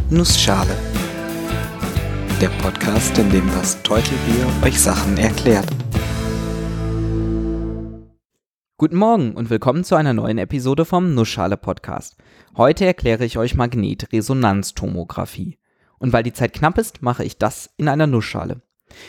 Nussschale. Der Podcast, in dem das Teutelbier euch Sachen erklärt. Guten Morgen und willkommen zu einer neuen Episode vom Nussschale Podcast. Heute erkläre ich euch Magnetresonanztomographie. Und weil die Zeit knapp ist, mache ich das in einer Nussschale.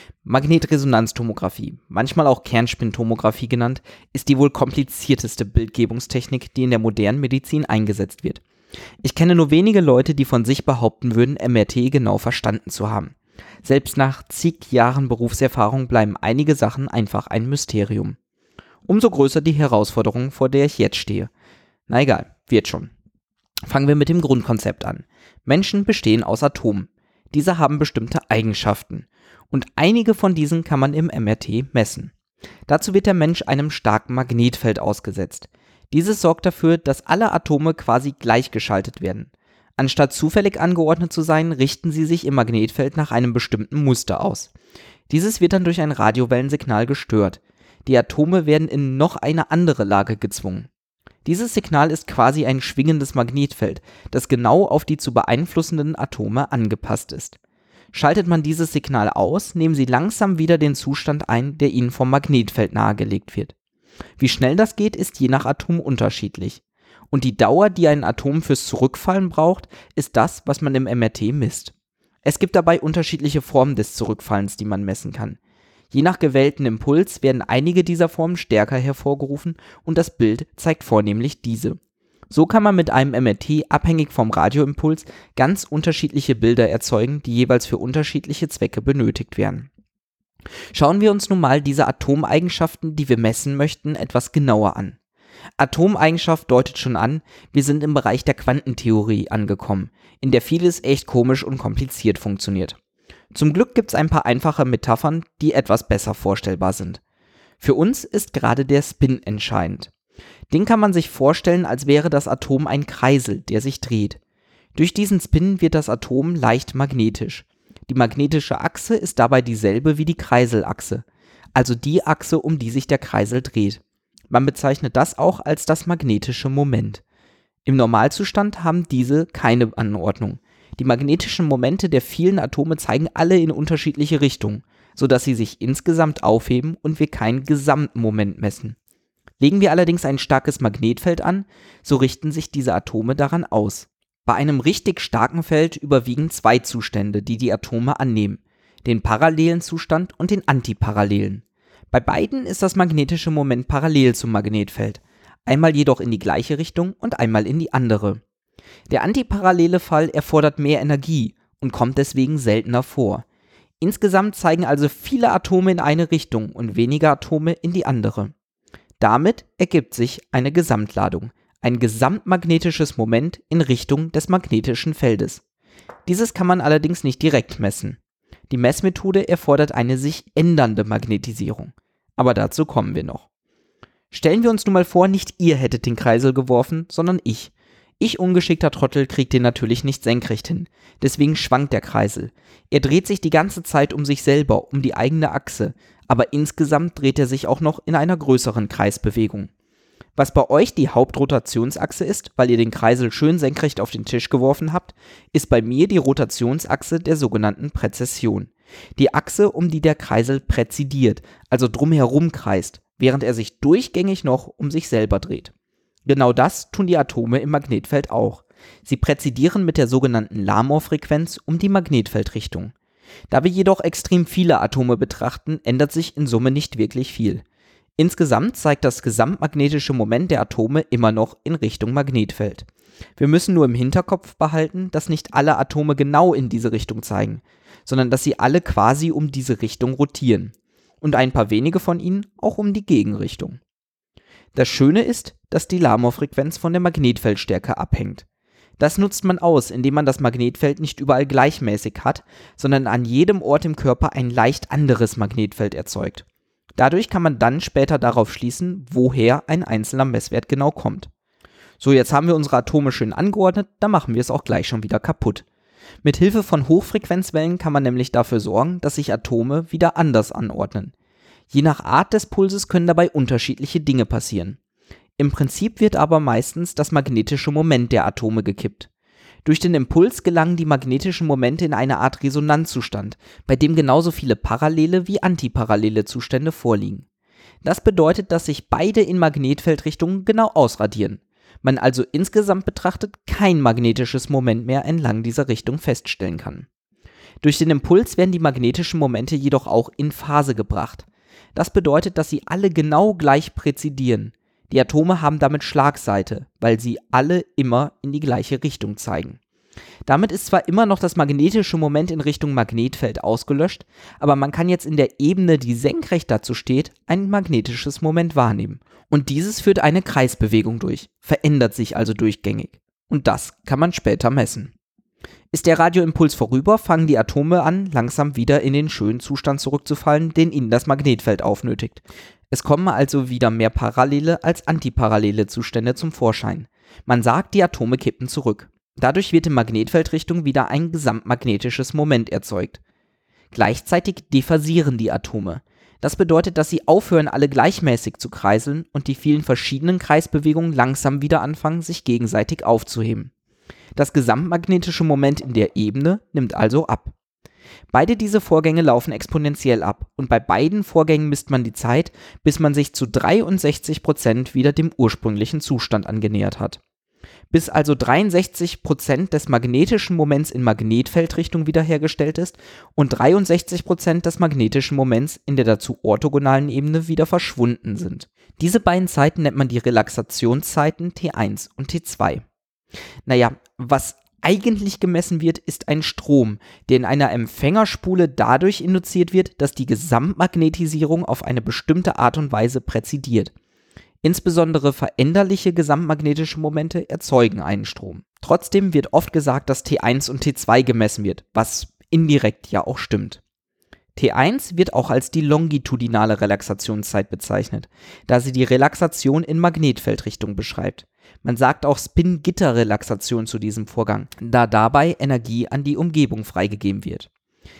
Magnetresonanztomographie, manchmal auch Kernspintomographie genannt, ist die wohl komplizierteste Bildgebungstechnik, die in der modernen Medizin eingesetzt wird. Ich kenne nur wenige Leute, die von sich behaupten würden, MRT genau verstanden zu haben. Selbst nach zig Jahren Berufserfahrung bleiben einige Sachen einfach ein Mysterium. Umso größer die Herausforderung, vor der ich jetzt stehe. Na egal, wird schon. Fangen wir mit dem Grundkonzept an. Menschen bestehen aus Atomen. Diese haben bestimmte Eigenschaften. Und einige von diesen kann man im MRT messen. Dazu wird der Mensch einem starken Magnetfeld ausgesetzt. Dieses sorgt dafür, dass alle Atome quasi gleichgeschaltet werden. Anstatt zufällig angeordnet zu sein, richten sie sich im Magnetfeld nach einem bestimmten Muster aus. Dieses wird dann durch ein Radiowellensignal gestört. Die Atome werden in noch eine andere Lage gezwungen. Dieses Signal ist quasi ein schwingendes Magnetfeld, das genau auf die zu beeinflussenden Atome angepasst ist. Schaltet man dieses Signal aus, nehmen sie langsam wieder den Zustand ein, der ihnen vom Magnetfeld nahegelegt wird. Wie schnell das geht, ist je nach Atom unterschiedlich. Und die Dauer, die ein Atom fürs Zurückfallen braucht, ist das, was man im MRT misst. Es gibt dabei unterschiedliche Formen des Zurückfallens, die man messen kann. Je nach gewählten Impuls werden einige dieser Formen stärker hervorgerufen und das Bild zeigt vornehmlich diese. So kann man mit einem MRT abhängig vom Radioimpuls ganz unterschiedliche Bilder erzeugen, die jeweils für unterschiedliche Zwecke benötigt werden. Schauen wir uns nun mal diese Atomeigenschaften, die wir messen möchten, etwas genauer an. Atomeigenschaft deutet schon an, wir sind im Bereich der Quantentheorie angekommen, in der vieles echt komisch und kompliziert funktioniert. Zum Glück gibt es ein paar einfache Metaphern, die etwas besser vorstellbar sind. Für uns ist gerade der Spin entscheidend. Den kann man sich vorstellen, als wäre das Atom ein Kreisel, der sich dreht. Durch diesen Spin wird das Atom leicht magnetisch. Die magnetische Achse ist dabei dieselbe wie die Kreiselachse, also die Achse, um die sich der Kreisel dreht. Man bezeichnet das auch als das magnetische Moment. Im Normalzustand haben diese keine Anordnung. Die magnetischen Momente der vielen Atome zeigen alle in unterschiedliche Richtungen, sodass sie sich insgesamt aufheben und wir keinen Gesamtmoment messen. Legen wir allerdings ein starkes Magnetfeld an, so richten sich diese Atome daran aus. Bei einem richtig starken Feld überwiegen zwei Zustände, die die Atome annehmen, den parallelen Zustand und den antiparallelen. Bei beiden ist das magnetische Moment parallel zum Magnetfeld, einmal jedoch in die gleiche Richtung und einmal in die andere. Der antiparallele Fall erfordert mehr Energie und kommt deswegen seltener vor. Insgesamt zeigen also viele Atome in eine Richtung und weniger Atome in die andere. Damit ergibt sich eine Gesamtladung, ein gesamtmagnetisches Moment in Richtung des magnetischen Feldes. Dieses kann man allerdings nicht direkt messen. Die Messmethode erfordert eine sich ändernde Magnetisierung. Aber dazu kommen wir noch. Stellen wir uns nun mal vor, nicht ihr hättet den Kreisel geworfen, sondern ich. Ich, ungeschickter Trottel, krieg den natürlich nicht senkrecht hin. Deswegen schwankt der Kreisel. Er dreht sich die ganze Zeit um sich selber, um die eigene Achse. Aber insgesamt dreht er sich auch noch in einer größeren Kreisbewegung. Was bei euch die Hauptrotationsachse ist, weil ihr den Kreisel schön senkrecht auf den Tisch geworfen habt, ist bei mir die Rotationsachse der sogenannten Präzession. Die Achse, um die der Kreisel präzidiert, also drumherum kreist, während er sich durchgängig noch um sich selber dreht. Genau das tun die Atome im Magnetfeld auch. Sie präzidieren mit der sogenannten Larmor-Frequenz um die Magnetfeldrichtung. Da wir jedoch extrem viele Atome betrachten, ändert sich in Summe nicht wirklich viel. Insgesamt zeigt das gesamtmagnetische Moment der Atome immer noch in Richtung Magnetfeld. Wir müssen nur im Hinterkopf behalten, dass nicht alle Atome genau in diese Richtung zeigen, sondern dass sie alle quasi um diese Richtung rotieren. Und ein paar wenige von ihnen auch um die Gegenrichtung. Das Schöne ist, dass die Larmor-Frequenz von der Magnetfeldstärke abhängt. Das nutzt man aus, indem man das Magnetfeld nicht überall gleichmäßig hat, sondern an jedem Ort im Körper ein leicht anderes Magnetfeld erzeugt. Dadurch kann man dann später darauf schließen, woher ein einzelner Messwert genau kommt. So, jetzt haben wir unsere Atome schön angeordnet, dann machen wir es auch gleich schon wieder kaputt. Mit Hilfe von Hochfrequenzwellen kann man nämlich dafür sorgen, dass sich Atome wieder anders anordnen. Je nach Art des Pulses können dabei unterschiedliche Dinge passieren. Im Prinzip wird aber meistens das magnetische Moment der Atome gekippt. Durch den Impuls gelangen die magnetischen Momente in eine Art Resonanzzustand, bei dem genauso viele parallele wie antiparallele Zustände vorliegen. Das bedeutet, dass sich beide in Magnetfeldrichtungen genau ausradieren. Man also insgesamt betrachtet kein magnetisches Moment mehr entlang dieser Richtung feststellen kann. Durch den Impuls werden die magnetischen Momente jedoch auch in Phase gebracht. Das bedeutet, dass sie alle genau gleich präzidieren. Die Atome haben damit Schlagseite, weil sie alle immer in die gleiche Richtung zeigen. Damit ist zwar immer noch das magnetische Moment in Richtung Magnetfeld ausgelöscht, aber man kann jetzt in der Ebene, die senkrecht dazu steht, ein magnetisches Moment wahrnehmen. Und dieses führt eine Kreisbewegung durch, verändert sich also durchgängig. Und das kann man später messen. Ist der Radioimpuls vorüber, fangen die Atome an, langsam wieder in den schönen Zustand zurückzufallen, den ihnen das Magnetfeld aufnötigt. Es kommen also wieder mehr parallele als antiparallele Zustände zum Vorschein. Man sagt, die Atome kippen zurück. Dadurch wird in Magnetfeldrichtung wieder ein gesamtmagnetisches Moment erzeugt. Gleichzeitig dephasieren die Atome. Das bedeutet, dass sie aufhören, alle gleichmäßig zu kreiseln und die vielen verschiedenen Kreisbewegungen langsam wieder anfangen, sich gegenseitig aufzuheben. Das gesamtmagnetische Moment in der Ebene nimmt also ab. Beide diese Vorgänge laufen exponentiell ab und bei beiden Vorgängen misst man die Zeit, bis man sich zu 63% wieder dem ursprünglichen Zustand angenähert hat. Bis also 63% des magnetischen Moments in Magnetfeldrichtung wiederhergestellt ist und 63% des magnetischen Moments in der dazu orthogonalen Ebene wieder verschwunden sind. Diese beiden Zeiten nennt man die Relaxationszeiten T1 und T2. Naja, was eigentlich gemessen wird, ist ein Strom, der in einer Empfängerspule dadurch induziert wird, dass die Gesamtmagnetisierung auf eine bestimmte Art und Weise präzidiert. Insbesondere veränderliche gesamtmagnetische Momente erzeugen einen Strom. Trotzdem wird oft gesagt, dass T1 und T2 gemessen wird, was indirekt ja auch stimmt. T1 wird auch als die longitudinale Relaxationszeit bezeichnet, da sie die Relaxation in Magnetfeldrichtung beschreibt. Man sagt auch Spin-Gitter-Relaxation zu diesem Vorgang, da dabei Energie an die Umgebung freigegeben wird.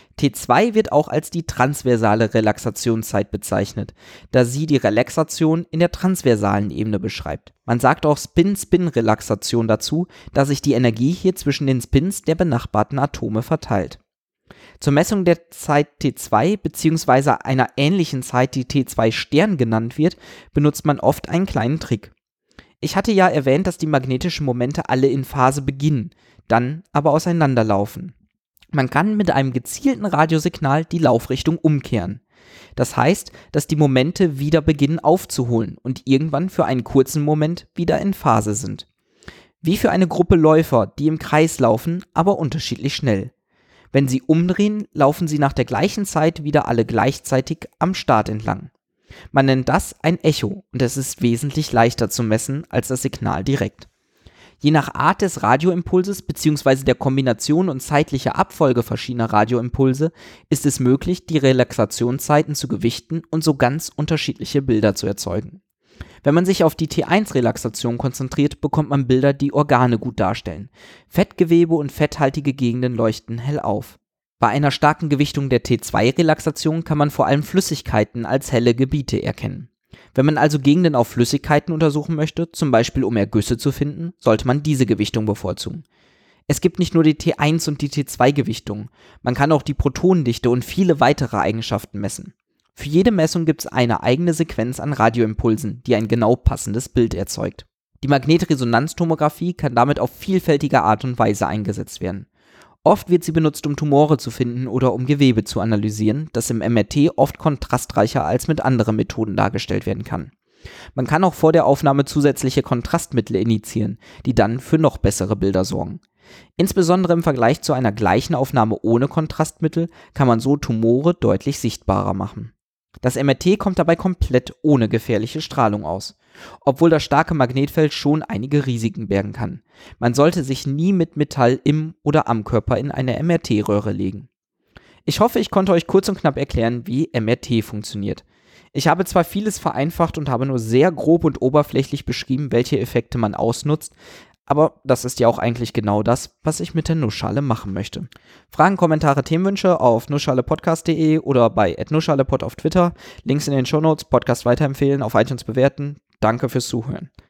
T2 wird auch als die transversale Relaxationszeit bezeichnet, da sie die Relaxation in der transversalen Ebene beschreibt. Man sagt auch Spin-Spin-Relaxation dazu, da sich die Energie hier zwischen den Spins der benachbarten Atome verteilt. Zur Messung der Zeit T2 bzw. einer ähnlichen Zeit, die T2 Stern genannt wird, benutzt man oft einen kleinen Trick. Ich hatte ja erwähnt, dass die magnetischen Momente alle in Phase beginnen, dann aber auseinanderlaufen. Man kann mit einem gezielten Radiosignal die Laufrichtung umkehren. Das heißt, dass die Momente wieder beginnen aufzuholen und irgendwann für einen kurzen Moment wieder in Phase sind. Wie für eine Gruppe Läufer, die im Kreis laufen, aber unterschiedlich schnell. Wenn sie umdrehen, laufen sie nach der gleichen Zeit wieder alle gleichzeitig am Start entlang. Man nennt das ein Echo und es ist wesentlich leichter zu messen als das Signal direkt. Je nach Art des Radioimpulses bzw. der Kombination und zeitlicher Abfolge verschiedener Radioimpulse ist es möglich, die Relaxationszeiten zu gewichten und so ganz unterschiedliche Bilder zu erzeugen. Wenn man sich auf die T1-Relaxation konzentriert, bekommt man Bilder, die Organe gut darstellen. Fettgewebe und fetthaltige Gegenden leuchten hell auf. Bei einer starken Gewichtung der T2-Relaxation kann man vor allem Flüssigkeiten als helle Gebiete erkennen. Wenn man also Gegenden auf Flüssigkeiten untersuchen möchte, zum Beispiel um Ergüsse zu finden, sollte man diese Gewichtung bevorzugen. Es gibt nicht nur die T1 und die T2-Gewichtung, man kann auch die Protonendichte und viele weitere Eigenschaften messen. Für jede Messung gibt es eine eigene Sequenz an Radioimpulsen, die ein genau passendes Bild erzeugt. Die Magnetresonanztomographie kann damit auf vielfältige Art und Weise eingesetzt werden. Oft wird sie benutzt, um Tumore zu finden oder um Gewebe zu analysieren, das im MRT oft kontrastreicher als mit anderen Methoden dargestellt werden kann. Man kann auch vor der Aufnahme zusätzliche Kontrastmittel injizieren, die dann für noch bessere Bilder sorgen. Insbesondere im Vergleich zu einer gleichen Aufnahme ohne Kontrastmittel kann man so Tumore deutlich sichtbarer machen. Das MRT kommt dabei komplett ohne gefährliche Strahlung aus, obwohl das starke Magnetfeld schon einige Risiken bergen kann. Man sollte sich nie mit Metall im oder am Körper in eine MRT-Röhre legen. Ich hoffe, ich konnte euch kurz und knapp erklären, wie MRT funktioniert. Ich habe zwar vieles vereinfacht und habe nur sehr grob und oberflächlich beschrieben, welche Effekte man ausnutzt, aber das ist ja auch eigentlich genau das, was ich mit der Nussschale machen möchte. Fragen, Kommentare, Themenwünsche auf nussschalepodcast.de oder bei @nussschalepod auf Twitter. Links in den Shownotes, Podcast weiterempfehlen, auf iTunes bewerten. Danke fürs Zuhören.